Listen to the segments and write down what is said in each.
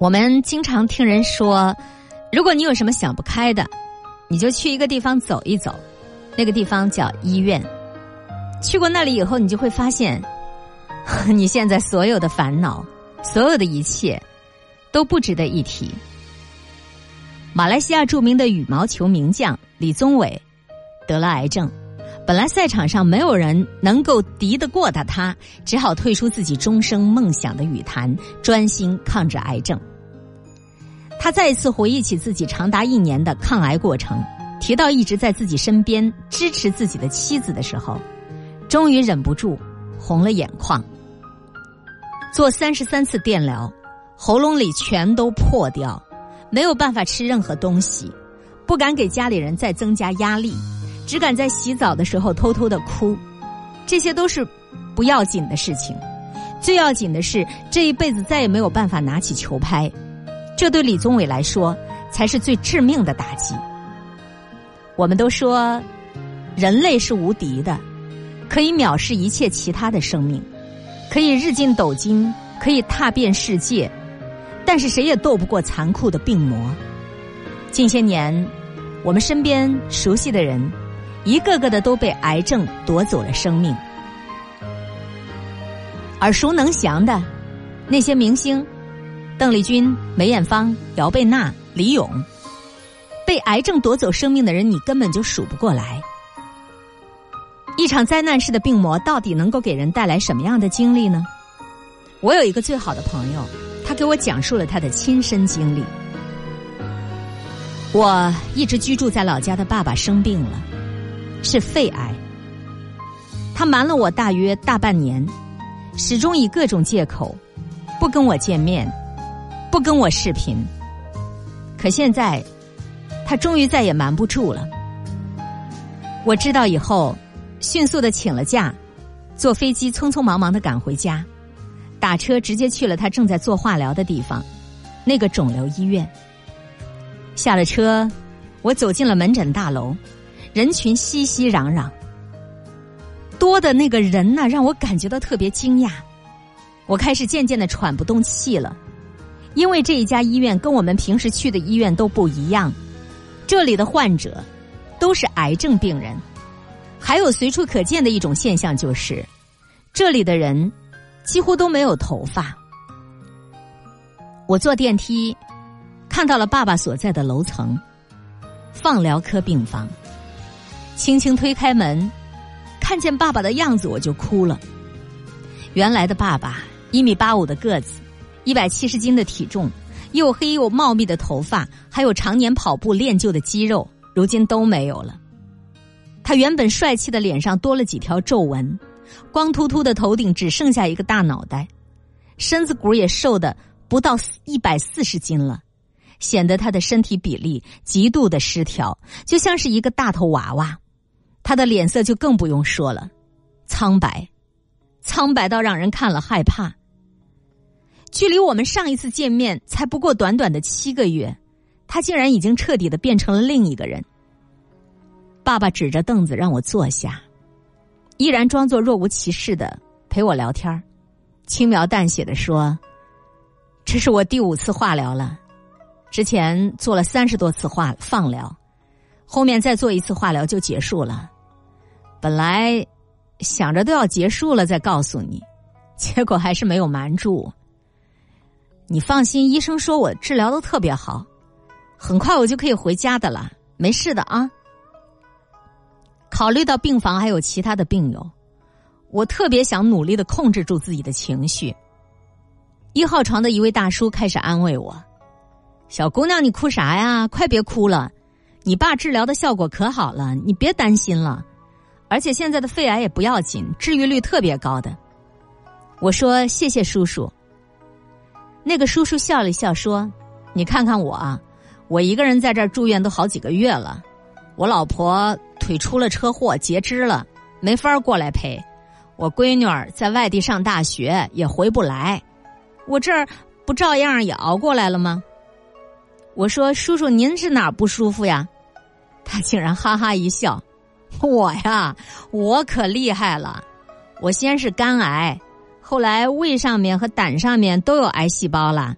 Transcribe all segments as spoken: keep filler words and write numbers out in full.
我们经常听人说，如果你有什么想不开的，你就去一个地方走一走，那个地方叫医院。去过那里以后，你就会发现，你现在所有的烦恼，所有的一切都不值得一提。马来西亚著名的羽毛球名将李宗伟得了癌症，本来赛场上没有人能够敌得过他，他只好退出自己终生梦想的羽坛，专心抗治癌症。他再一次回忆起自己长达一年的抗癌过程，提到一直在自己身边支持自己的妻子的时候，终于忍不住红了眼眶。做三十三次电疗，喉咙里全都破掉，没有办法吃任何东西，不敢给家里人再增加压力，只敢在洗澡的时候偷偷的哭。这些都是不要紧的事情，最要紧的是这一辈子再也没有办法拿起球拍，这对李宗伟来说才是最致命的打击。我们都说人类是无敌的，可以藐视一切其他的生命，可以日进斗金，可以踏遍世界，但是谁也斗不过残酷的病魔。近些年我们身边熟悉的人一个个的都被癌症夺走了生命，耳熟能详的那些明星，邓丽君、梅艳芳、姚贝娜、李咏，被癌症夺走生命的人你根本就数不过来。一场灾难式的病魔到底能够给人带来什么样的经历呢？我有一个最好的朋友，他给我讲述了他的亲身经历。我一直居住在老家的爸爸生病了，是肺癌。他瞒了我大约大半年，始终以各种借口不跟我见面，不跟我视频。可现在他终于再也瞒不住了。我知道以后迅速地请了假，坐飞机匆匆忙忙地赶回家，打车直接去了他正在做化疗的地方，那个肿瘤医院。下了车，我走进了门诊大楼，人群熙熙攘攘，多的那个人呢，让我感觉到特别惊讶。我开始渐渐地喘不动气了，因为这一家医院跟我们平时去的医院都不一样，这里的患者都是癌症病人。还有随处可见的一种现象，就是这里的人几乎都没有头发。我坐电梯看到了爸爸所在的楼层，放疗科病房，轻轻推开门，看见爸爸的样子我就哭了。原来的爸爸一米八五的个子，一百七十斤的体重，又黑又茂密的头发，还有常年跑步练就的肌肉，如今都没有了。他原本帅气的脸上多了几条皱纹，光秃秃的头顶只剩下一个大脑袋，身子骨也瘦得不到一百四十斤了，显得他的身体比例极度的失调，就像是一个大头娃娃。他的脸色就更不用说了，苍白，苍白到让人看了害怕。距离我们上一次见面才不过短短的七个月，他竟然已经彻底的变成了另一个人。爸爸指着凳子让我坐下，依然装作若无其事的陪我聊天，轻描淡写的说，这是我第五次化疗了，之前做了三十多次化放疗，后面再做一次化疗就结束了。本来想着都要结束了再告诉你，结果还是没有瞒住。你放心，医生说我治疗都特别好，很快我就可以回家的了，没事的啊。考虑到病房还有其他的病友，我特别想努力地控制住自己的情绪。一号床的一位大叔开始安慰我，小姑娘你哭啥呀，快别哭了，你爸治疗的效果可好了，你别担心了，而且现在的肺癌也不要紧，治愈率特别高的。我说谢谢叔叔。那个叔叔笑了笑说，你看看我啊，我一个人在这儿住院都好几个月了，我老婆腿出了车祸截肢了，没法过来陪，我闺女儿在外地上大学也回不来，我这儿不照样也熬过来了吗？我说叔叔您是哪儿不舒服呀？他竟然哈哈一笑，我呀我可厉害了，我先是肝癌，后来胃上面和胆上面都有癌细胞了，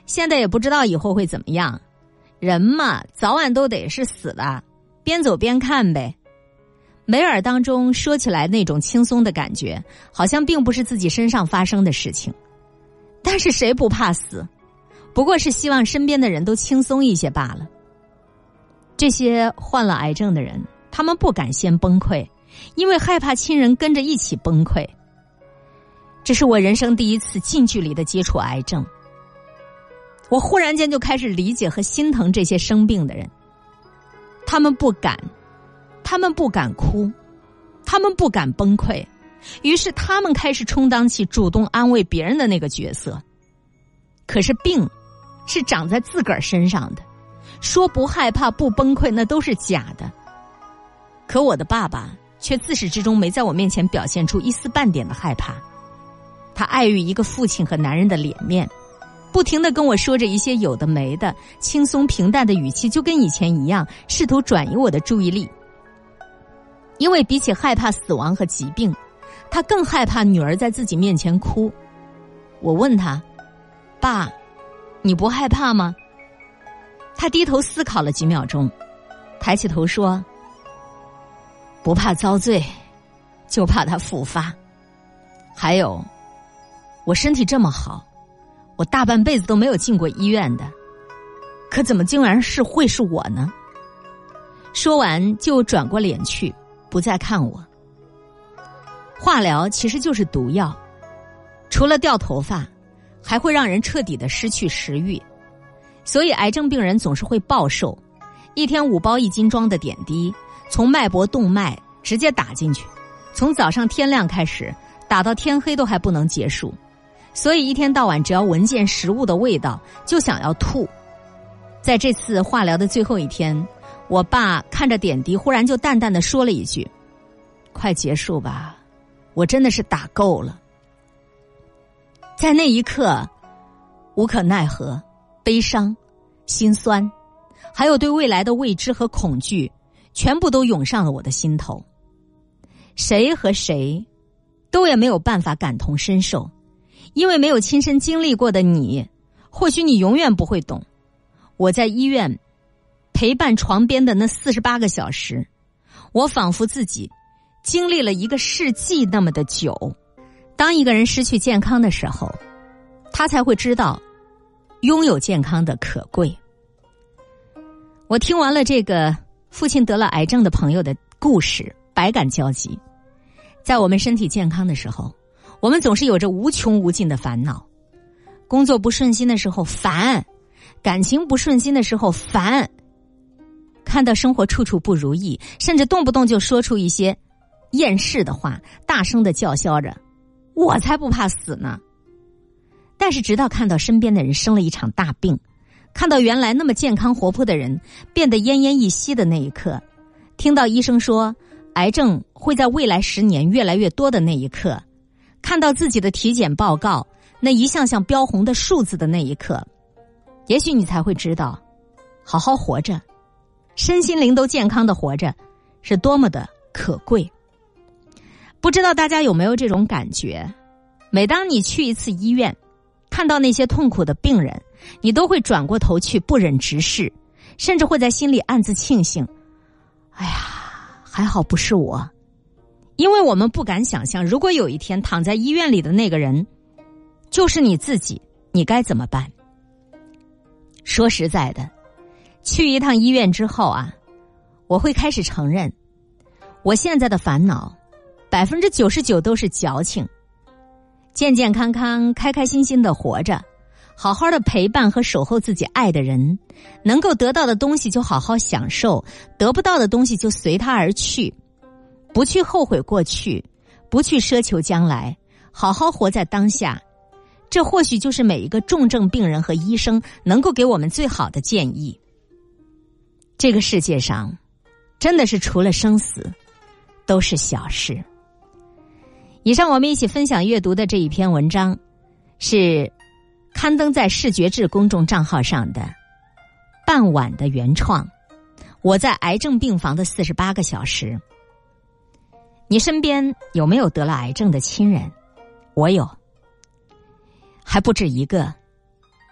现在也不知道以后会怎么样，人嘛，早晚都得是死的，边走边看呗。梅尔当中说起来那种轻松的感觉，好像并不是自己身上发生的事情。但是谁不怕死？不过是希望身边的人都轻松一些罢了。这些患了癌症的人，他们不敢先崩溃，因为害怕亲人跟着一起崩溃。这是我人生第一次近距离的接触癌症，我忽然间就开始理解和心疼这些生病的人。他们不敢，他们不敢哭，他们不敢崩溃，于是他们开始充当起主动安慰别人的那个角色。可是病是长在自个儿身上的，说不害怕不崩溃那都是假的。可我的爸爸却自始至终没在我面前表现出一丝半点的害怕。他碍于一个父亲和男人的脸面，不停地跟我说着一些有的没的，轻松平淡的语气，就跟以前一样，试图转移我的注意力。因为比起害怕死亡和疾病，他更害怕女儿在自己面前哭。我问他，爸，你不害怕吗？他低头思考了几秒钟，抬起头说，不怕遭罪，就怕他复发。还有，我身体这么好，我大半辈子都没有进过医院的，可怎么竟然是会是我呢？说完就转过脸去，不再看我。化疗其实就是毒药，除了掉头发，还会让人彻底的失去食欲。所以癌症病人总是会暴瘦，一天五包一斤装的点滴，从脉搏动脉直接打进去，从早上天亮开始，打到天黑都还不能结束。所以一天到晚只要闻见食物的味道就想要吐。在这次化疗的最后一天，我爸看着点滴忽然就淡淡地说了一句，快结束吧，我真的是打够了。在那一刻，无可奈何、悲伤、心酸，还有对未来的未知和恐惧，全部都涌上了我的心头。谁和谁都也没有办法感同身受，因为没有亲身经历过的你，或许你永远不会懂。我在医院陪伴床边的那四十八个小时，我仿佛自己经历了一个世纪那么的久。当一个人失去健康的时候，他才会知道拥有健康的可贵。我听完了这个父亲得了癌症的朋友的故事，百感交集。在我们身体健康的时候，我们总是有着无穷无尽的烦恼。工作不顺心的时候烦，感情不顺心的时候烦，看到生活处处不如意，甚至动不动就说出一些厌世的话，大声地叫嚣着，我才不怕死呢。但是直到看到身边的人生了一场大病，看到原来那么健康活泼的人变得奄奄一息的那一刻，听到医生说癌症会在未来十年越来越多的那一刻，看到自己的体检报告那一项项标红的数字的那一刻，也许你才会知道，好好活着，身心灵都健康的活着，是多么的可贵。不知道大家有没有这种感觉，每当你去一次医院，看到那些痛苦的病人，你都会转过头去不忍直视，甚至会在心里暗自庆幸，哎呀，还好不是我。因为我们不敢想象，如果有一天躺在医院里的那个人就是你自己，你该怎么办？说实在的，去一趟医院之后啊，我会开始承认，我现在的烦恼百分之九十九都是矫情。健健康康、开开心心的活着，好好的陪伴和守候自己爱的人，能够得到的东西就好好享受，得不到的东西就随它而去，不去后悔过去，不去奢求将来，好好活在当下。这或许就是每一个重症病人和医生能够给我们最好的建议。这个世界上真的是除了生死都是小事。以上我们一起分享阅读的这一篇文章，是刊登在视觉志公众账号上的傍晚的原创，我在癌症病房的四十八个小时。你身边有没有得了癌症的亲人？我有，还不止一个。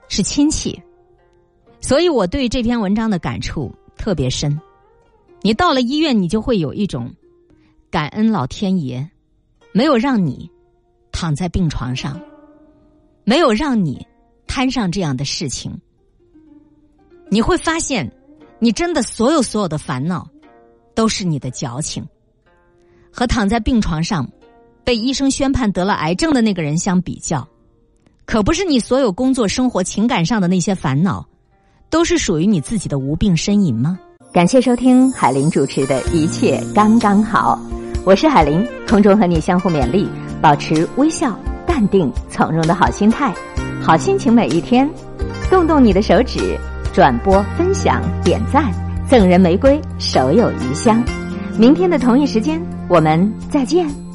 是亲戚。所以我对这篇文章的感触特别深。你到了医院，你就会有一种感恩老天爷没有让你躺在病床上，没有让你摊上这样的事情。你会发现你真的所有所有的烦恼都是你的矫情，和躺在病床上被医生宣判得了癌症的那个人相比较，可不是你所有工作生活情感上的那些烦恼都是属于你自己的无病呻吟吗？ 感谢收听海玲主持的一切刚刚好，我是海玲，空中和你相互勉励，保持微笑淡定从容的好心态，好心情每一天。动动你的手指，转播分享点赞，赠人玫瑰手有余香。明天的同一时间我们再见。